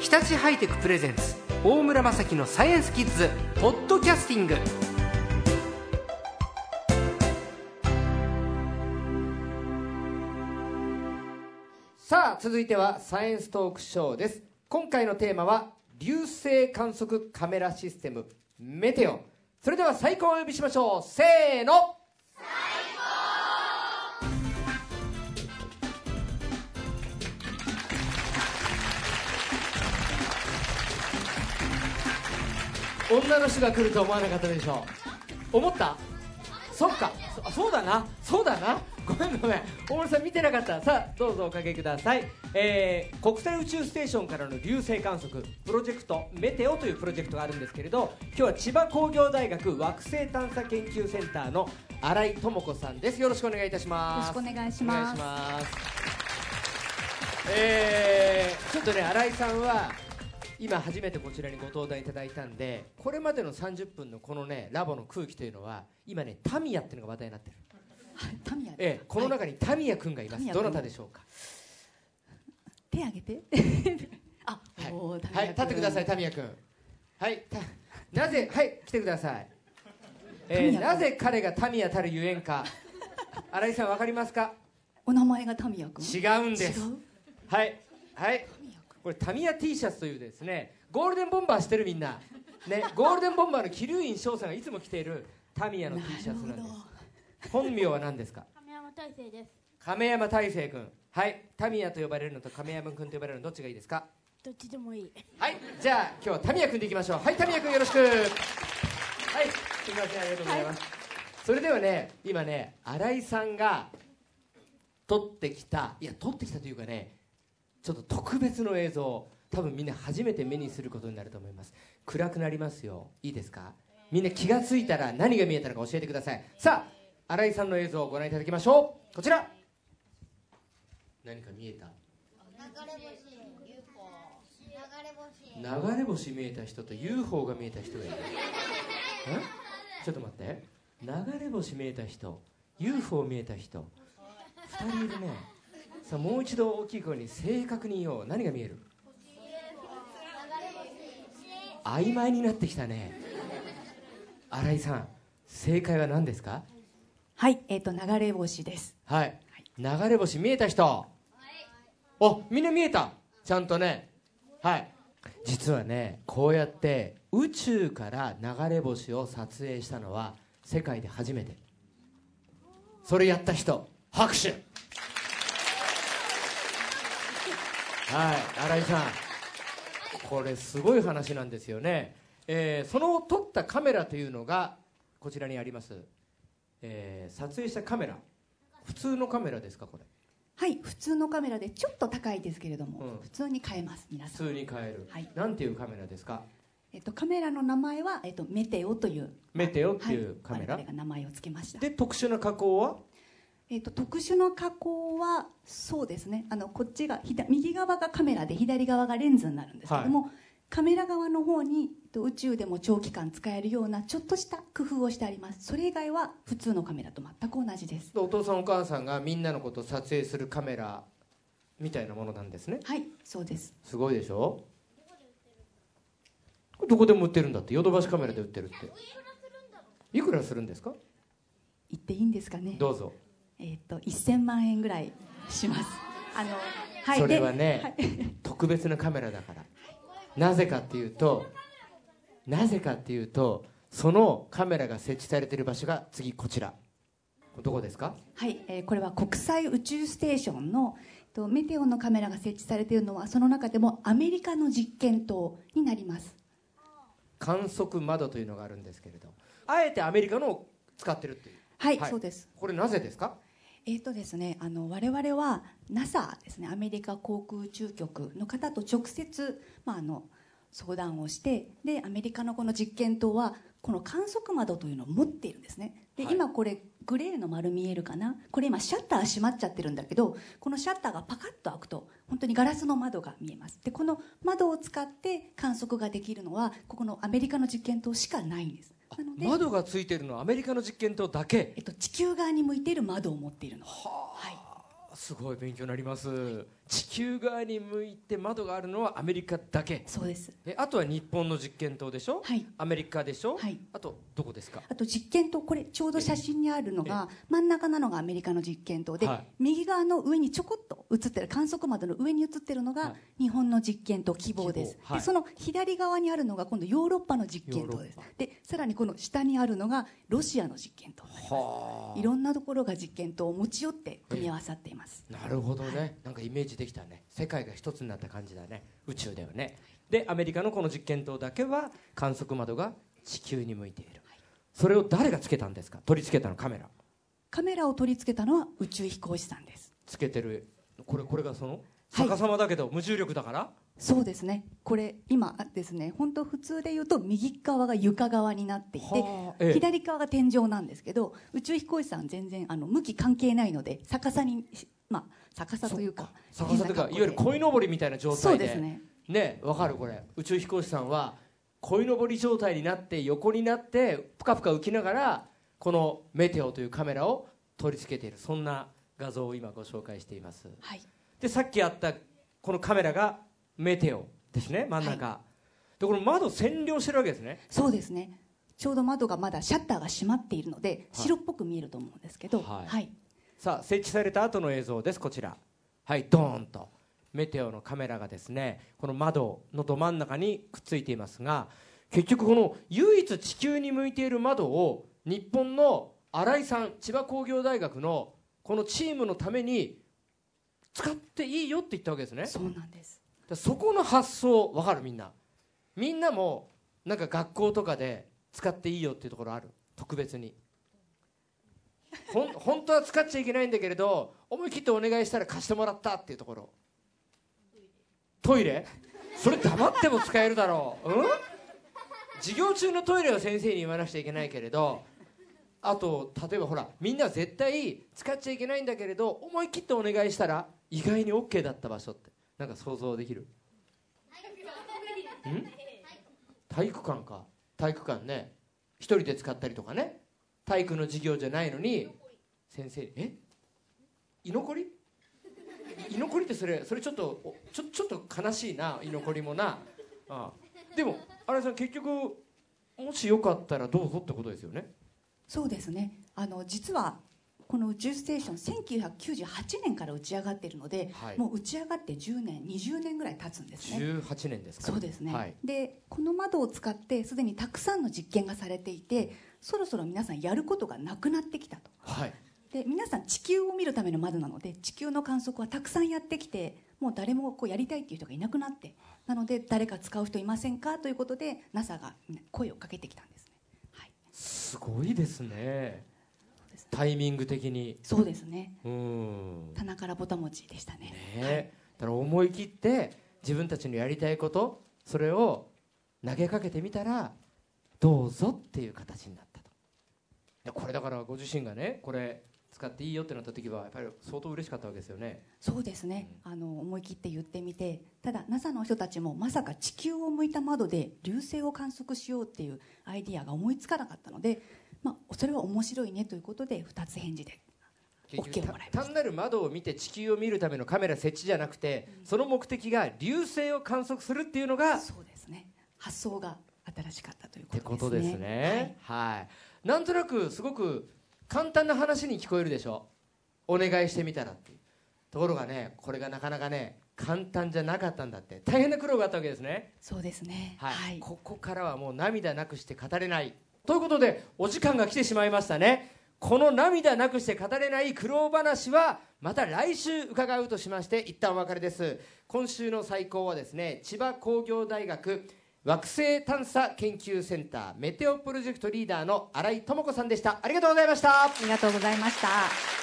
日立ハイテクプレゼンツ大村雅樹のサイエンスキッズポッドキャスティング。さあ続いてはサイエンストークショーです。今回のテーマは流星観測カメラシステムメテオ。それでは最高をお呼びしましょう。せーの、女の人が来ると思わなかったでしょう。思った？そっか、そうだな、そうだな。ごめんごめん、大村さん見てなかった。さあどうぞおかけください。国際宇宙ステーションからの流星観測プロジェクトメテオというプロジェクトがあるんですけれど、今日は千葉工業大学惑星探査研究センターの新井智子さんです。よろしくお願いいたします。 よろしくお願いします。 お願いします。ちょっとね、新井さんは今初めてこちらにご登壇いただいたんで、これまでの30分のこのねラボの空気というのは今ねタミヤっていうのが話題になってる。 はい、タミヤ。 この中にタミヤくんがいます。どなたでしょうか。 手挙げて。あ、 はい、 おー、タミヤくん。 はい、立ってください、タミヤくん。はい、なぜ、はい、来てください。なぜ彼がタミヤたるゆえんか、新井さんわかりますか。 お名前がタミヤくん。 違うんです。はいはい、これタミヤ T シャツというですね、ゴールデンボンバーしてるみんなね、ゴールデンボンバーの桐生院翔さんがいつも着ているタミヤの T シャツなんです。本名は何ですか。 亀山大成です。 亀山大成君。はい、タミヤと呼ばれるのと亀山君と呼ばれるのどっちがいいですか。 どっちでもいい。 はい、じゃあ今日はタミヤ君でいきましょう。はい、タミヤ君よろしく。はい、すみません、ありがとうございます。はい、それではね、今ね新井さんが撮ってきたというかね、ちょっと特別の映像、多分みんな初めて目にすることになると思います。暗くなりますよ。いいですか。みんな気がついたら何が見えたのか教えてください。さあ新井さんの映像をご覧いただきましょう。こちら。何か見えた。 流れ星、UFO、 流れ星見えた人と UFO が見えた人がいる。ちょっと待って、流れ星見えた人、 UFO 見えた人2人いるね。さあもう一度大きい声に正確に言おう。何が見える。曖昧になってきたね。新井さん、正解は何ですか。 はい、流れ星です。 はい、流れ星見えた人。はい、お、みんな見えた、ちゃんとね。はい、実はね、こうやって宇宙から流れ星を撮影したのは世界で初めて。それやった人拍手。はい、新井さん、これすごい話なんですよね。その撮ったカメラというのがこちらにあります。撮影したカメラ、普通のカメラですか。これ。 はい、普通のカメラでちょっと高いですけれども、普通に買えます。皆さん普通に買える。 はい、 なんていうカメラですか。 カメラの名前は、メテオという、 メテオっていうカメラ、 我々が名前を付けました。 で特殊な加工は、 特殊な加工はそうですね、こっちが右側がカメラで左側がレンズになるんですけども、はい、カメラ側の方に宇宙でも長期間使えるようなちょっとした工夫をしてあります。それ以外は普通のカメラと全く同じです。 お父さんお母さんがみんなのことを撮影するカメラみたいなものなんですね。 はい、そうです。 すごいでしょ。どこでも売ってるんだって。ヨドバシカメラで売ってるって。いくらするんですか。 言っていいんですかね。 どうぞ。 1000万円ぐらいします。 はい、それはね、はい、特別なカメラだから。なぜかっていうとそのカメラが設置されている場所が次こちら。どこですか。 はい、これは国際宇宙ステーションのメテオのカメラが設置されているのは、その中でもアメリカの実験棟になります。 観測窓というのがあるんですけれど、あえてアメリカのを使ってるっていう。 はい、はい、そうです。 これなぜですか。 ですね、我々は NASA ですね、アメリカ航空宇宙局の方と直接、相談をして、でアメリカのこの実験棟はこの観測窓というのを持っているんですね。で、はい、今これグレーの丸見えるかな。これ今シャッター閉まっちゃってるんだけど、このシャッターがパカッと開くと本当にガラスの窓が見えます。でこの窓を使って観測ができるのはここのアメリカの実験棟しかないんです。なので窓がついているのはアメリカの実験棟だけ。 地球側に向いている窓を持っているの。 はあ、はい、すごい勉強になります。 地球側に向いて窓があるのはアメリカだけ。 そうです。 あとは日本の実験棟でしょ、 はい、 アメリカでしょ、 はい、 あとどこですか？ あと実験棟、これちょうど写真にあるのが真ん中なのがアメリカの実験棟で、はい、右側の上にちょこっと映ってる観測窓の上に映ってるのが日本の実験棟希望です、はい、でその左側にあるのが今度ヨーロッパの実験棟です。でさらにこの下にあるのがロシアの実験棟。いろんなところが実験棟を持ち寄って組み合わさっています。 なるほどね、はい、なんかイメージできたね。世界が一つになった感じだね、宇宙ではね。でアメリカのこの実験棟だけは観測窓が地球に向いている、はい、それを誰がつけたんですか？取り付けたの？カメラを取り付けたのは宇宙飛行士さんです。 つけてるこれがその逆さまだけど無重力だから、はい、 そうですね。これ今ですね、本当普通で言うと右側が床側になっていて、左側が天井なんですけど、宇宙飛行士さん全然向き関係ないので逆さに、逆さというか逆さというかいわゆる鯉のぼりみたいな状態で。 そうですね。 ね、わかる。これ宇宙飛行士さんは鯉のぼり状態になって横になってぷかぷか浮きながらこのメテオというカメラを取り付けている、そんな画像を今ご紹介しています、はい、でさっきあったこのカメラがメテオですね、真ん中、はい、でこの窓占領してるわけですね。 そうですね。ちょうど窓がまだシャッターが閉まっているので白っぽく見えると思うんですけど、はいはい、 さあ設置された後の映像です。こちら、はい、ドーンとメテオのカメラがですねこの窓のど真ん中にくっついていますが、結局この唯一地球に向いている窓を日本の新井さん、千葉工業大学のこのチームのために使っていいよって言ったわけですね。 そうなんです。 そこの発想分かる？みんなもなんか学校とかで使っていいよっていうところある？特別に本当は使っちゃいけないんだけれど思い切ってお願いしたら貸してもらったっていうところ。トイレ？それ黙っても使えるだろう、うん、授業中のトイレは先生に言わなくちゃいけないけれど、あと例えばほらみんな絶対使っちゃいけないんだけれど思い切ってお願いしたら意外に OK だった場所ってなんか想像できる？体育館か。体育館ね、一人で使ったりとかね、体育の授業じゃないのに先生に居残りってそれちょっと悲しいな、居残りもな。でも新井さん結局もしよかったらどうぞってことですよね。 そうですね。実はこの宇宙ステーション1998年から打ち上がっているので、はい、もう打ち上がって10年20年ぐらい経つんですね。 18年ですか？ そうですね、 はい、 でこの窓を使ってすでにたくさんの実験がされていて、そろそろ皆さんやることがなくなってきたと、はい、で皆さん地球を見るための窓なので地球の観測はたくさんやってきて、もう誰もこうやりたいっていう人がいなくなって、なので誰か使う人いませんかということで NASA が声をかけてきたんですね、はい、 すごいですね。タイミング的に。 そうですね。棚からぼたもちでした ね、はい、 だから思い切って自分たちのやりたいことそれを投げかけてみたらどうぞっていう形になったと。これだからご自身がねこれ使っていいよってなった時はやっぱり相当嬉しかったわけですよね。 そうですね、思い切って言ってみて、ただ NASA の人たちもまさか地球を向いた窓で流星を観測しようっていうアイディアが思いつかなかったので、それは面白いねということで2つ返事で OK をもらいました。 単なる窓を見て地球を見るためのカメラ設置じゃなくて、その目的が流星を観測するっていうのが、 そうですね、発想が新しかったということですね。 ってことですね、はいはい、なんとなくすごく簡単な話に聞こえるでしょ、お願いしてみたらっていうところがね、これがなかなかね簡単じゃなかったんだって、大変な苦労があったわけですね。 そうですね、 はいはい、ここからはもう涙なくして語れないということでお時間が来てしまいましたね。この涙なくして語れない苦労話はまた来週伺うとしまして一旦お別れです。今週の最高はですね、千葉工業大学惑星探査研究センターメテオプロジェクトリーダーの新井智子さんでした。ありがとうございました。 ありがとうございました。